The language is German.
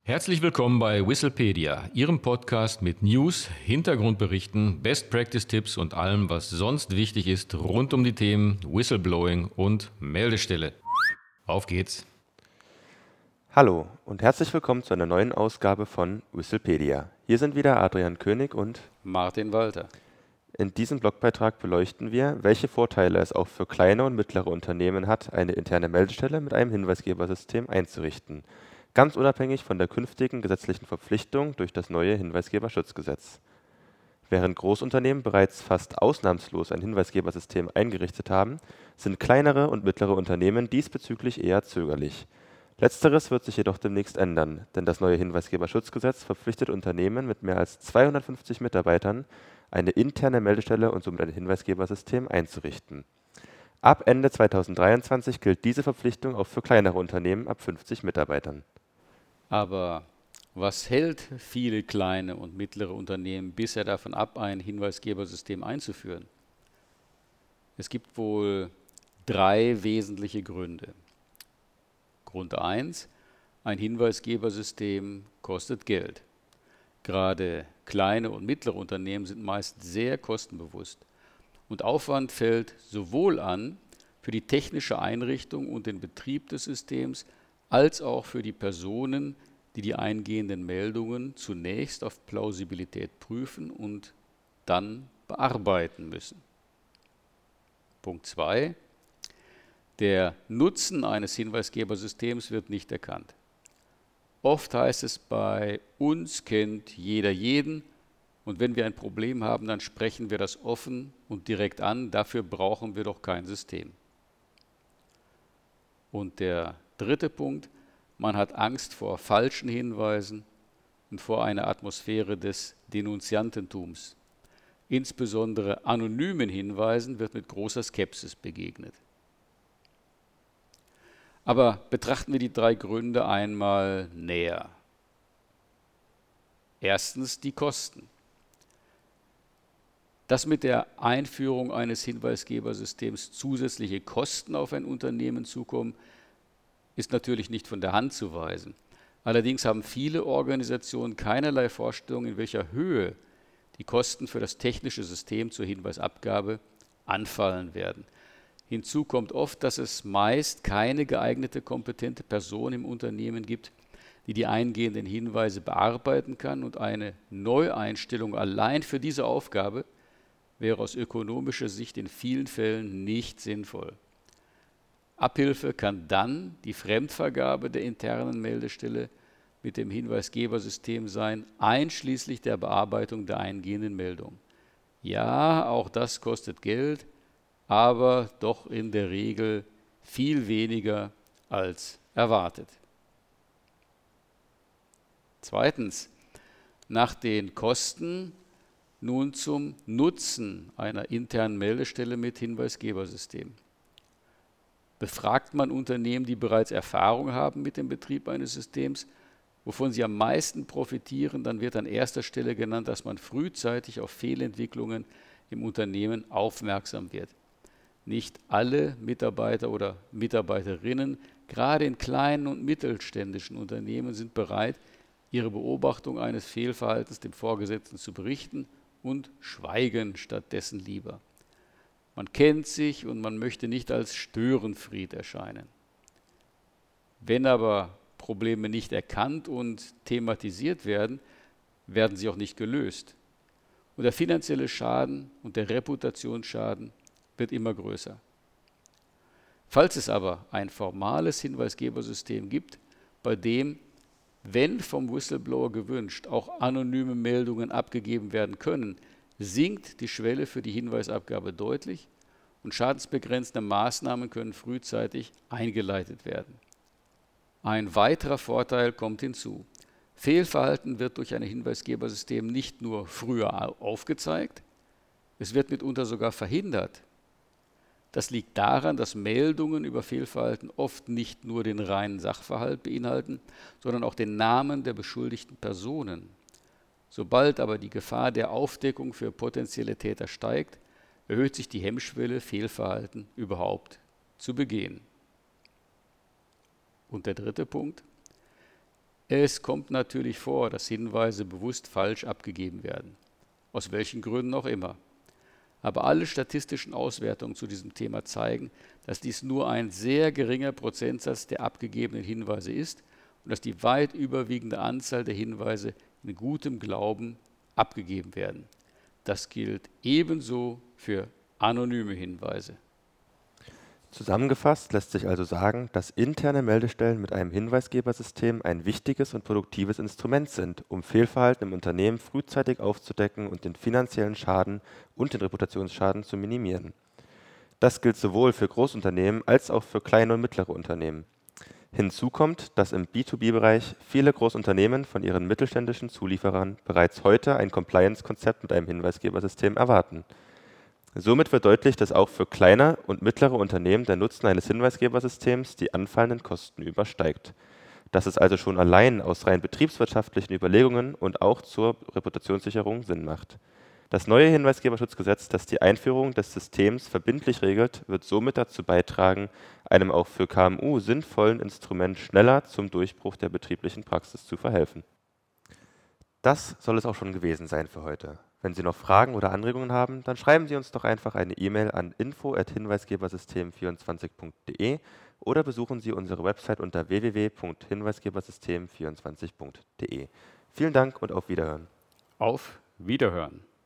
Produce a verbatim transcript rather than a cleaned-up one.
Herzlich willkommen bei Whistlepedia, Ihrem Podcast mit News, Hintergrundberichten, Best-Practice-Tipps und allem, was sonst wichtig ist rund um die Themen Whistleblowing und Meldestelle. Auf geht's! Hallo und herzlich willkommen zu einer neuen Ausgabe von Whistlepedia. Hier sind wieder Adrian König und Martin Walter. in diesem Blogbeitrag beleuchten wir, welche Vorteile es auch für kleine und mittlere Unternehmen hat, eine interne Meldestelle mit einem Hinweisgebersystem einzurichten, ganz unabhängig von der künftigen gesetzlichen Verpflichtung durch das neue Hinweisgeberschutzgesetz. Während Großunternehmen bereits fast ausnahmslos ein Hinweisgebersystem eingerichtet haben, sind kleinere und mittlere Unternehmen diesbezüglich eher zögerlich. Letzteres wird sich jedoch demnächst ändern, denn das neue Hinweisgeberschutzgesetz verpflichtet Unternehmen mit mehr als zweihundertfünfzig Mitarbeitern, eine interne Meldestelle und somit ein Hinweisgebersystem einzurichten. Ab Ende zweitausenddreiundzwanzig gilt diese Verpflichtung auch für kleinere Unternehmen ab fünfzig Mitarbeitern. Aber was hält viele kleine und mittlere Unternehmen bisher davon ab, ein Hinweisgebersystem einzuführen? Es gibt wohl drei wesentliche Gründe. Grund eins: Ein Hinweisgebersystem kostet Geld. Gerade kleine und mittlere Unternehmen sind meist sehr kostenbewusst. Und Aufwand fällt sowohl an für die technische Einrichtung und den Betrieb des Systems, als auch für die Personen, die die eingehenden Meldungen zunächst auf Plausibilität prüfen und dann bearbeiten müssen. Punkt zwei: Der Nutzen eines Hinweisgebersystems wird nicht erkannt. Oft heißt es, bei uns kennt jeder jeden, und wenn wir ein Problem haben, dann sprechen wir das offen und direkt an, dafür brauchen wir doch kein System. Und der dritte Punkt: Man hat Angst vor falschen Hinweisen und vor einer Atmosphäre des Denunziantentums. Insbesondere anonymen Hinweisen wird mit großer Skepsis begegnet. Aber betrachten wir die drei Gründe einmal näher. Erstens die Kosten. Dass mit der Einführung eines Hinweisgebersystems zusätzliche Kosten auf ein Unternehmen zukommen, ist natürlich nicht von der Hand zu weisen. Allerdings haben viele Organisationen keinerlei Vorstellung, in welcher Höhe die Kosten für das technische System zur Hinweisabgabe anfallen werden. Hinzu kommt oft, dass es meist keine geeignete, kompetente Person im Unternehmen gibt, die die eingehenden Hinweise bearbeiten kann, und eine Neueinstellung allein für diese Aufgabe wäre aus ökonomischer Sicht in vielen Fällen nicht sinnvoll. Abhilfe kann dann die Fremdvergabe der internen Meldestelle mit dem Hinweisgebersystem sein, einschließlich der Bearbeitung der eingehenden Meldung. Ja, auch das kostet Geld, aber doch in der Regel viel weniger als erwartet. Zweitens, nach den Kosten nun zum Nutzen einer internen Meldestelle mit Hinweisgebersystem. Befragt man Unternehmen, die bereits Erfahrung haben mit dem Betrieb eines Systems, wovon sie am meisten profitieren, dann wird an erster Stelle genannt, dass man frühzeitig auf Fehlentwicklungen im Unternehmen aufmerksam wird. Nicht alle Mitarbeiter oder Mitarbeiterinnen, gerade in kleinen und mittelständischen Unternehmen, sind bereit, ihre Beobachtung eines Fehlverhaltens dem Vorgesetzten zu berichten und schweigen stattdessen lieber. Man kennt sich und man möchte nicht als Störenfried erscheinen. Wenn aber Probleme nicht erkannt und thematisiert werden, werden sie auch nicht gelöst. Und der finanzielle Schaden und der Reputationsschaden wird immer größer. Falls es aber ein formales Hinweisgebersystem gibt, bei dem, wenn vom Whistleblower gewünscht, auch anonyme Meldungen abgegeben werden können, sinkt die Schwelle für die Hinweisabgabe deutlich und schadensbegrenzende Maßnahmen können frühzeitig eingeleitet werden. Ein weiterer Vorteil kommt hinzu. Fehlverhalten wird durch ein Hinweisgebersystem nicht nur früher aufgezeigt, es wird mitunter sogar verhindert. Das liegt daran, dass Meldungen über Fehlverhalten oft nicht nur den reinen Sachverhalt beinhalten, sondern auch den Namen der beschuldigten Personen. Sobald aber die Gefahr der Aufdeckung für potenzielle Täter steigt, erhöht sich die Hemmschwelle, Fehlverhalten überhaupt zu begehen. Und der dritte Punkt: Es kommt natürlich vor, dass Hinweise bewusst falsch abgegeben werden, aus welchen Gründen auch immer. Aber alle statistischen Auswertungen zu diesem Thema zeigen, dass dies nur ein sehr geringer Prozentsatz der abgegebenen Hinweise ist und dass die weit überwiegende Anzahl der Hinweise in gutem Glauben abgegeben werden. Das gilt ebenso für anonyme Hinweise. Zusammengefasst lässt sich also sagen, dass interne Meldestellen mit einem Hinweisgebersystem ein wichtiges und produktives Instrument sind, um Fehlverhalten im Unternehmen frühzeitig aufzudecken und den finanziellen Schaden und den Reputationsschaden zu minimieren. Das gilt sowohl für Großunternehmen als auch für kleine und mittlere Unternehmen. Hinzu kommt, dass im B zwei B-Bereich viele Großunternehmen von ihren mittelständischen Zulieferern bereits heute ein Compliance-Konzept mit einem Hinweisgebersystem erwarten. Somit wird deutlich, dass auch für kleine und mittlere Unternehmen der Nutzen eines Hinweisgebersystems die anfallenden Kosten übersteigt. Dass es also schon allein aus rein betriebswirtschaftlichen Überlegungen und auch zur Reputationssicherung Sinn macht. Das neue Hinweisgeberschutzgesetz, das die Einführung des Systems verbindlich regelt, wird somit dazu beitragen, einem auch für K M U sinnvollen Instrument schneller zum Durchbruch der betrieblichen Praxis zu verhelfen. Das soll es auch schon gewesen sein für heute. Wenn Sie noch Fragen oder Anregungen haben, dann schreiben Sie uns doch einfach eine E-Mail an info at hinweisgebersystem vierundzwanzig punkt de oder besuchen Sie unsere Website unter w w w punkt hinweisgebersystem vierundzwanzig punkt de. Vielen Dank und auf Wiederhören. Auf Wiederhören!